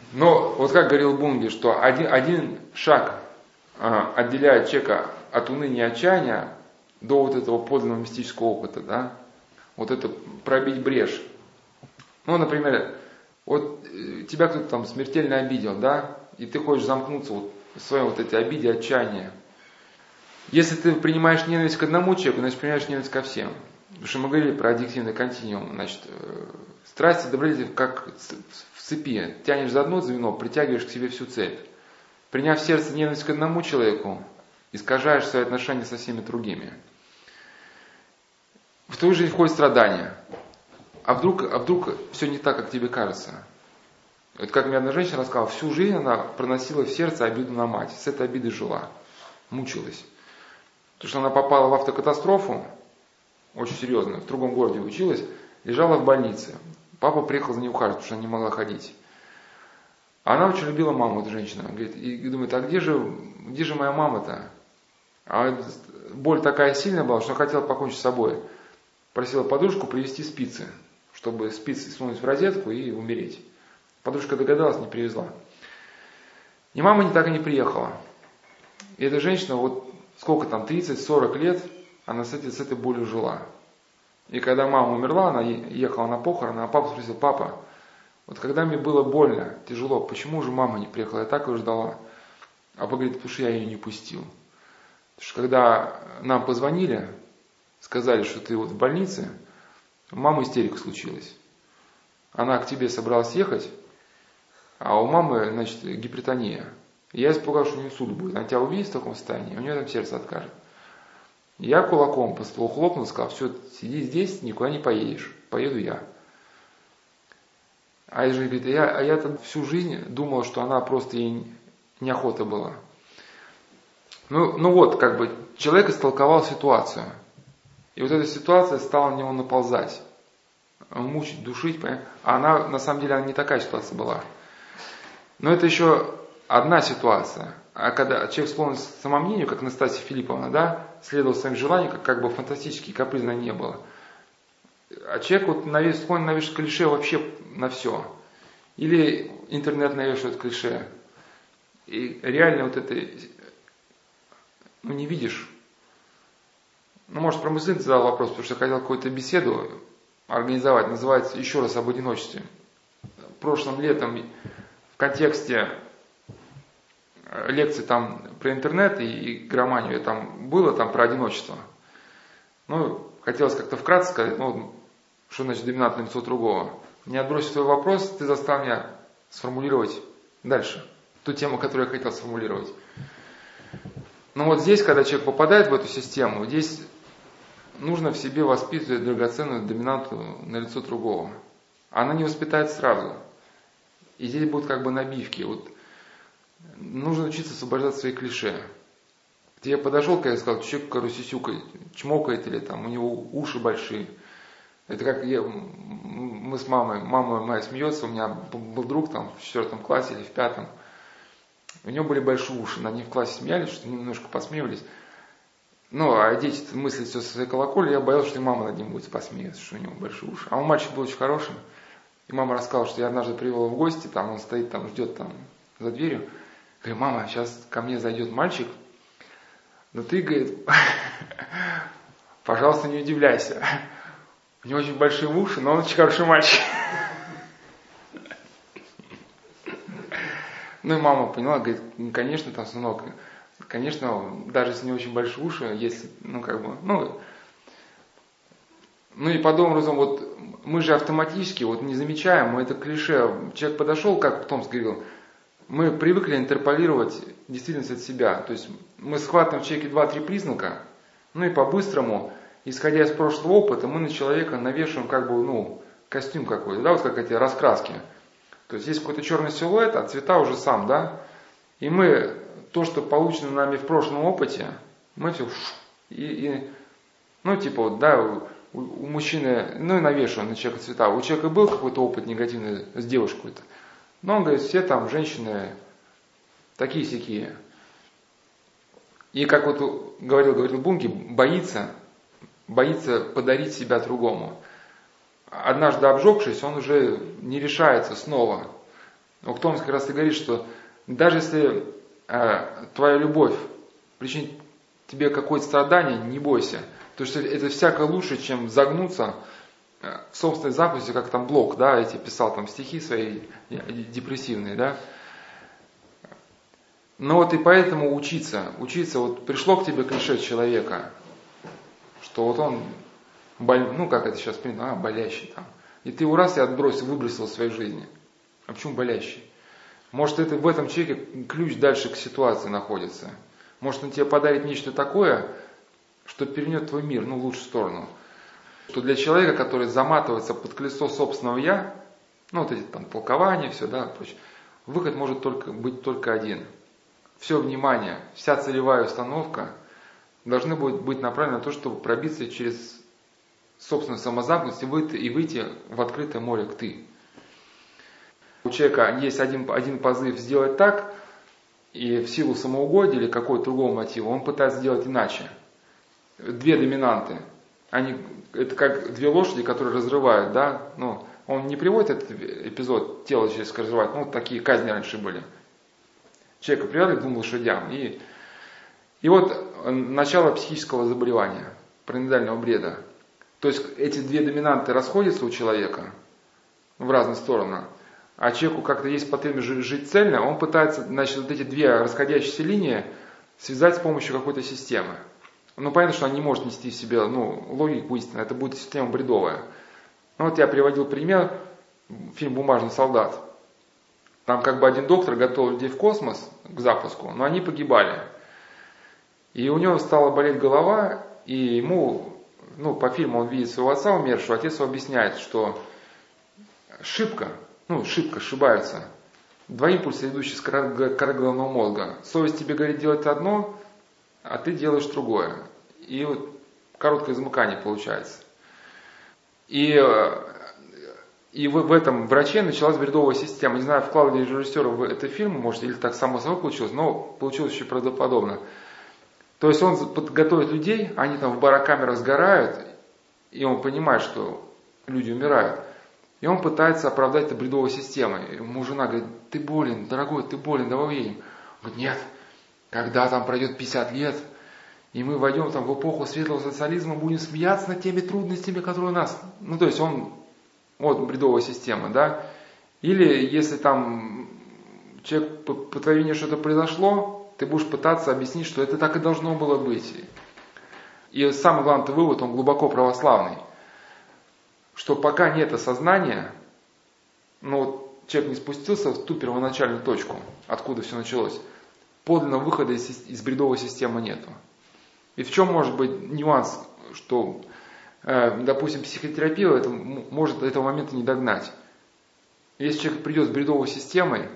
Но вот как говорил Бунги, что один шаг отделяет человека от уныния и отчаяния до вот этого подлинного мистического опыта, да? Вот это пробить брешь. Ну, например, вот тебя кто-то там смертельно обидел, да? И ты хочешь замкнуться вот в своей вот этой обиде, отчаянии. Если ты принимаешь ненависть к одному человеку, значит принимаешь ненависть ко всем. Потому что мы говорили про аддиктивный континуум. Значит, страсти и добродетели как в цепи. Тянешь за одно звено, притягиваешь к себе всю цепь. Приняв в сердце ненависть к одному человеку, искажаешь свои отношения со всеми другими. В твою жизнь входит страдание. А вдруг все не так, как тебе кажется? Вот как мне одна женщина рассказала, всю жизнь она проносила в сердце обиду на мать. С этой обидой жила. Мучилась. Потому что она попала в автокатастрофу, очень серьезно, в другом городе училась, лежала в больнице. Папа приехал за ней ухаживать, потому что она не могла ходить. А она очень любила маму, эта женщина. Говорит, и думает, а где же моя мама-то? А боль такая сильная была, что она хотела покончить с собой. Просила подружку привезти спицы, чтобы спицы сунуть в розетку и умереть. Подружка догадалась, не привезла. И мама так и не приехала. И эта женщина, вот сколько там, 30-40 лет, она с этой болью жила. И когда мама умерла, она ехала на похороны, а папа спросил, папа, вот когда мне было больно, тяжело, почему же мама не приехала? Я так ее ждала. А папа говорит, потому что я ее не пустил. Потому что когда нам позвонили, сказали, что ты вот в больнице, у мамы истерика случилась. Она к тебе собралась ехать, а у мамы, значит, гипертония. И я испугался, что у нее суд будет. Она тебя увидит в таком состоянии, у нее там сердце откажет. Я кулаком по столу хлопнул и сказал, все, сиди здесь, никуда не поедешь, поеду я. А я же говорит, я-то всю жизнь думал, что она просто ей неохота была. Ну вот, как бы, человек истолковал ситуацию. И вот эта ситуация стала на него наползать, мучить, душить. Понятно? А она, на самом деле, она не такая ситуация была. Но это еще одна ситуация. А когда человек склонен к самомнению, как Настасья Филипповна, да, следовал своим желаниям, как бы фантастически капризно не было. А человек вот склонен навешать клише вообще на все. Или интернет навешивает клише. И реально вот это, не видишь. Может, про мысль задал вопрос, потому что я хотел какую-то беседу организовать, называется «Еще раз об одиночестве». Прошлым летом в контексте лекции там про интернет и громанию там было там про одиночество. Хотелось как-то вкратце сказать, что значит доминантное лицо другого. Не отбросив твой вопрос, ты заставил меня сформулировать дальше ту тему, которую я хотел сформулировать. Вот здесь, когда человек попадает в эту систему, здесь нужно в себе воспитывать драгоценную доминанту на лицо другого. Она не воспитает сразу. И здесь будут как бы набивки. Нужно учиться освобождать свои клише. Я подошел, когда я сказал, человек сисюкает, чмокает или там у него уши большие. Это как мы с мамой, мама моя смеется, у меня был друг там в 4 классе или в 5. У него были большие уши, над ним в классе смеялись, что немножко посмеивались. А дети мыслят все со своей колокольни, я боялся, что и мама над ним будет посмеяться, что у него большие уши. А он мальчик был очень хорошим. И мама рассказала, что я однажды привел его в гости, там он стоит, там ждет там за дверью. Говорю, мама, сейчас ко мне зайдет мальчик, но ты, говорит, пожалуйста, не удивляйся. У него очень большие уши, но он очень хороший мальчик. И мама поняла, говорит, конечно, там, сынок, конечно, даже если не очень большие уши, если, и подобным образом, мы же автоматически, не замечаем, мы это клише, человек подошел, как Томс говорил, мы привыкли интерполировать действительность от себя, то есть мы схватываем в человеке 2-3 признака, и по-быстрому, исходя из прошлого опыта, мы на человека навешиваем костюм какой-то, да, как эти раскраски. То есть есть какой-то черный силуэт, а цвета уже сам, да. И мы то, что получено нами в прошлом опыте, мы все у мужчины, и навешиваем на человека цвета. У человека был какой-то опыт негативный с девушкой-то. Но он говорит, все там женщины такие-сякие. И как говорил Бунги, боится подарить себя другому. Однажды обжегшись, он уже не решается снова Вот Томас как раз и говорит, что даже если твоя любовь причинит тебе какое-то страдание, не бойся. Потому что это всяко лучше, чем загнуться в собственной заповеди, как там Блок, да, эти писал там стихи свои депрессивные, да. Но вот и поэтому учиться, вот пришло к тебе клише человека, что вот он, как это сейчас принято, болящий там. И ты его раз и выбросил из своей жизни. А почему болящий? Может, это в этом человеке ключ дальше к ситуации находится. Может, он тебе подарит нечто такое, что перевернет твой мир, в лучшую сторону. Что для человека, который заматывается под колесо собственного «я», вот эти там толкования, все, да, прочее, выход может быть только один. Все внимание, вся целевая установка должны быть направлены на то, чтобы пробиться через собственную самозамкнутость и выйти в открытое море к «ты». У человека есть один позыв сделать так, и в силу самоугодия или какого-то другого мотива он пытается сделать иначе. Две доминанты. Это как две лошади, которые разрывают, да? Он не приводит этот эпизод, тело человеческое разрывает, такие казни раньше были. Человека привели к двум лошадям. И вот начало психического заболевания, параноидального бреда. То есть эти две доминанты расходятся у человека в разные стороны, а человеку как-то есть потребность жить цельно, он пытается, вот эти две расходящиеся линии связать с помощью какой-то системы. Понятно, что она не может нести в себе, логику истины, это будет система бредовая. Вот я приводил пример, фильм «Бумажный солдат». Там как бы один доктор готовил людей в космос к запуску, но они погибали. И у него стала болеть голова, и ему, по фильму он видит своего отца умершего, отец ему объясняет, что шибко ошибаются. Два импульса, идущие с коры головного мозга. Совесть тебе говорит делать одно, а ты делаешь другое. И вот короткое замыкание получается. И в этом враче началась бредовая система. Не знаю, вклад ли режиссера в этот фильм, может, или так само собой получилось, но получилось очень правдоподобно. То есть он готовит людей, они там в барокамерах сгорают, и он понимает, что люди умирают. И он пытается оправдать это бредовой системой. Ему жена говорит: ты болен, дорогой, ты болен, давай уедем. Он говорит: нет, когда там пройдет 50 лет, и мы войдем там в эпоху светлого социализма, будем смеяться над теми трудностями, которые у нас. То есть вот бредовая система, да. Или если там человек по твоей вине что-то произошло, ты будешь пытаться объяснить, что это так и должно было быть. И самый главный вывод, он глубоко православный, что пока нет осознания, человек не спустился в ту первоначальную точку, откуда все началось, подлинного выхода из бредовой системы нету. И в чем может быть нюанс, что, допустим, психотерапия может до этого момента не догнать. Если человек придет с бредовой системой,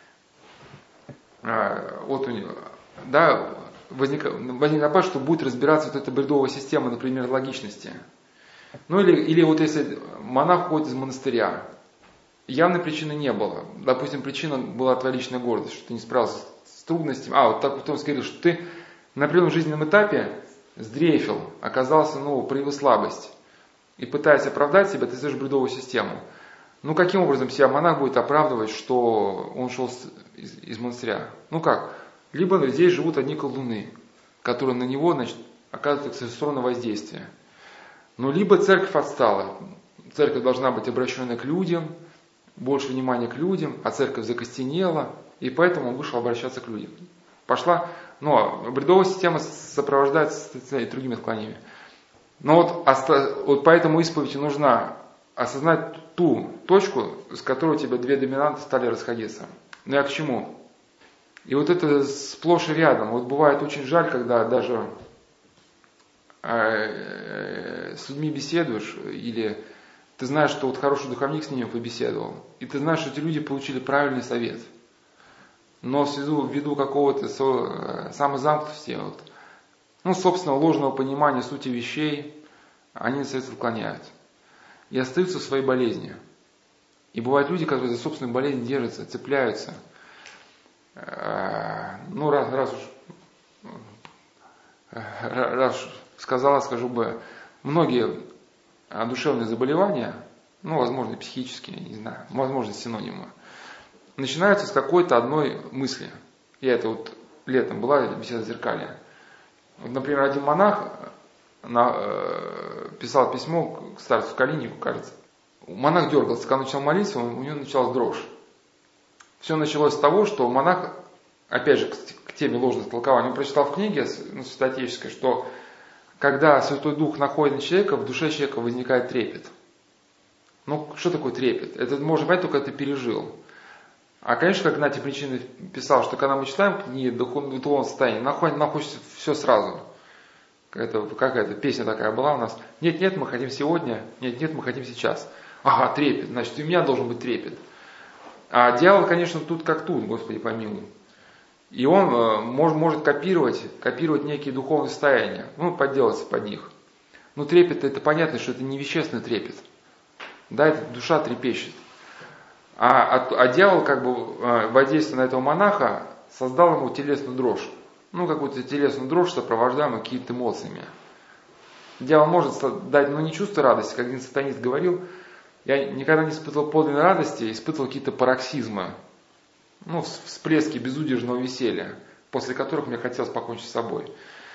вот у него, да, возникнет опасность, что будет разбираться вот эта бредовая система, например, логичности. Или вот если монах уходит из монастыря, явной причины не было. Допустим, причина была твоя личная гордость, что ты не справился с трудностями. Вот так потом сказали, что ты на определенном жизненном этапе сдрейфил, оказался, проявил слабость. И пытаясь оправдать себя, ты создашь бредовую систему. Каким образом себя монах будет оправдывать, что он шел из монастыря? Как? Либо здесь живут одни колдуны, которые на него, оказывают экстрасенсорное воздействие. Либо церковь отстала. Церковь должна быть обращена к людям, больше внимания к людям, а церковь закостенела, и поэтому он вышел обращаться к людям. Пошла, бредовая система сопровождается и другими отклонениями. Вот поэтому исповеди нужна осознать ту точку, с которой у тебя две доминанты стали расходиться. Я к чему? И вот это сплошь и рядом. Вот бывает очень жаль, когда даже с людьми беседуешь, или ты знаешь, что вот хороший духовник с ними побеседовал, и ты знаешь, что эти люди получили правильный совет. Но ввиду какого-то самозамкнутости, собственного ложного понимания сути вещей, они на совет отклоняют. И остаются в своей болезни. И бывают люди, которые за собственную болезнь держатся, цепляются. Раз уж сказала, скажу бы, многие душевные заболевания, возможно, психические, не знаю, возможно, синонимы, начинаются с какой-то одной мысли. Я это вот летом была беседа зеркалья. Вот, например, один монах писал письмо к старцу Калиннику, кажется. Монах дергался, когда начал молиться, у него началась дрожь. Все началось с того, что монах, опять же, к теме ложных толкований, он прочитал в книге святоотеческой, что когда Святой Дух находит на человека, в душе человека возникает трепет. Ну, что такое трепет? Это можно понять, только ты пережил. А, конечно, как Игнатий Причинный писал, что когда мы читаем книги в духовном состоянии, нам хочется все сразу. Какая-то песня такая была у нас. Нет, мы хотим сегодня, нет, мы хотим сейчас. Ага, трепет, значит, и у меня должен быть трепет. А дьявол, конечно, тут как тут, Господи помилуй. И он может копировать некие духовные состояния, подделаться под них. Но трепет, это понятно, что это не вещественный трепет. Да, это душа трепещет. А дьявол, воздействуя на этого монаха, создал ему телесную дрожь. Какую-то телесную дрожь, сопровождаемую какими-то эмоциями. Дьявол может дать, не чувство радости, как один сатанист говорил, я никогда не испытывал подлинной радости, испытывал какие-то пароксизмы, всплески безудержного веселья, после которых мне хотелось покончить с собой.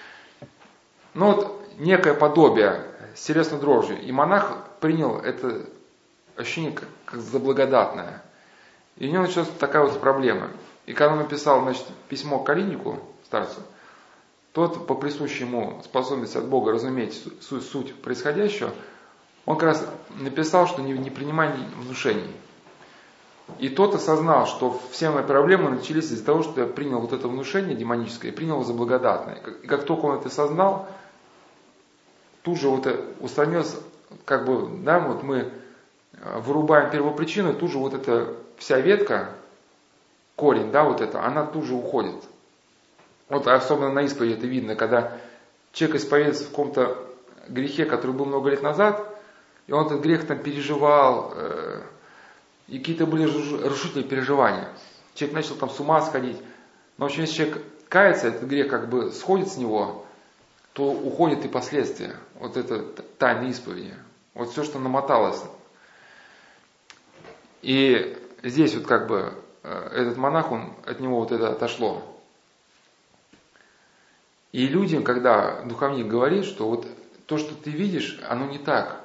Некое подобие с телесной дрожью. И монах принял это ощущение как за благодатное. И у него началась такая вот проблема. И когда он написал, письмо к Калиннику, старцу, тот, по присущей ему способности от Бога разуметь суть происходящего, он как раз написал, что не принимай внушений. И тот осознал, что все мои проблемы начались из-за того, что я принял вот это внушение демоническое и принял его за благодатное. И как только он это осознал, тут же устранилось, мы вырубаем первопричину, и тут же эта вся ветка, корень, она тут же уходит. Особенно на исповеди это видно, когда человек исповедуется в каком-то грехе, который был много лет назад, и он этот грех переживал, и какие-то были разрушительные переживания. Человек начал с ума сходить. Но, в общем, если человек кается, этот грех сходит с него, то уходят и последствия. Это тайна исповеди. Все, что намоталось. И здесь этот монах, от него это отошло. И людям, когда духовник говорит, что то, что ты видишь, оно не так.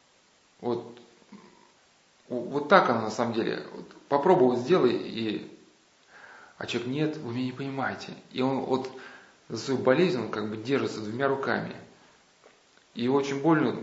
Так оно на самом деле. Попробуй сделай, а человек, нет, вы меня не понимаете. И он за свою болезнь он держится двумя руками. И очень больно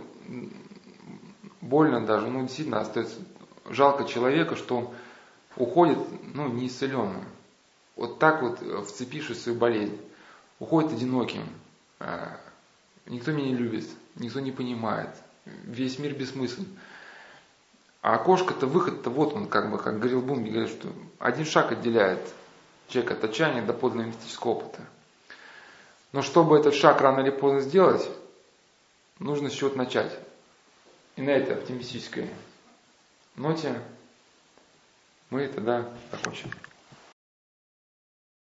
даже, действительно остается жалко человека, что он уходит, неисцеленным. Вцепившись в свою болезнь. Уходит одиноким. Никто меня не любит, никто не понимает. Весь мир бессмыслен. А окошко-то, выход-то, он, как говорил Бунги, говорит, что один шаг отделяет человека от отчаяния до подлинного мистического опыта. Но чтобы этот шаг рано или поздно сделать, нужно с чего-то начать. И на этой оптимистической ноте мы тогда закончим.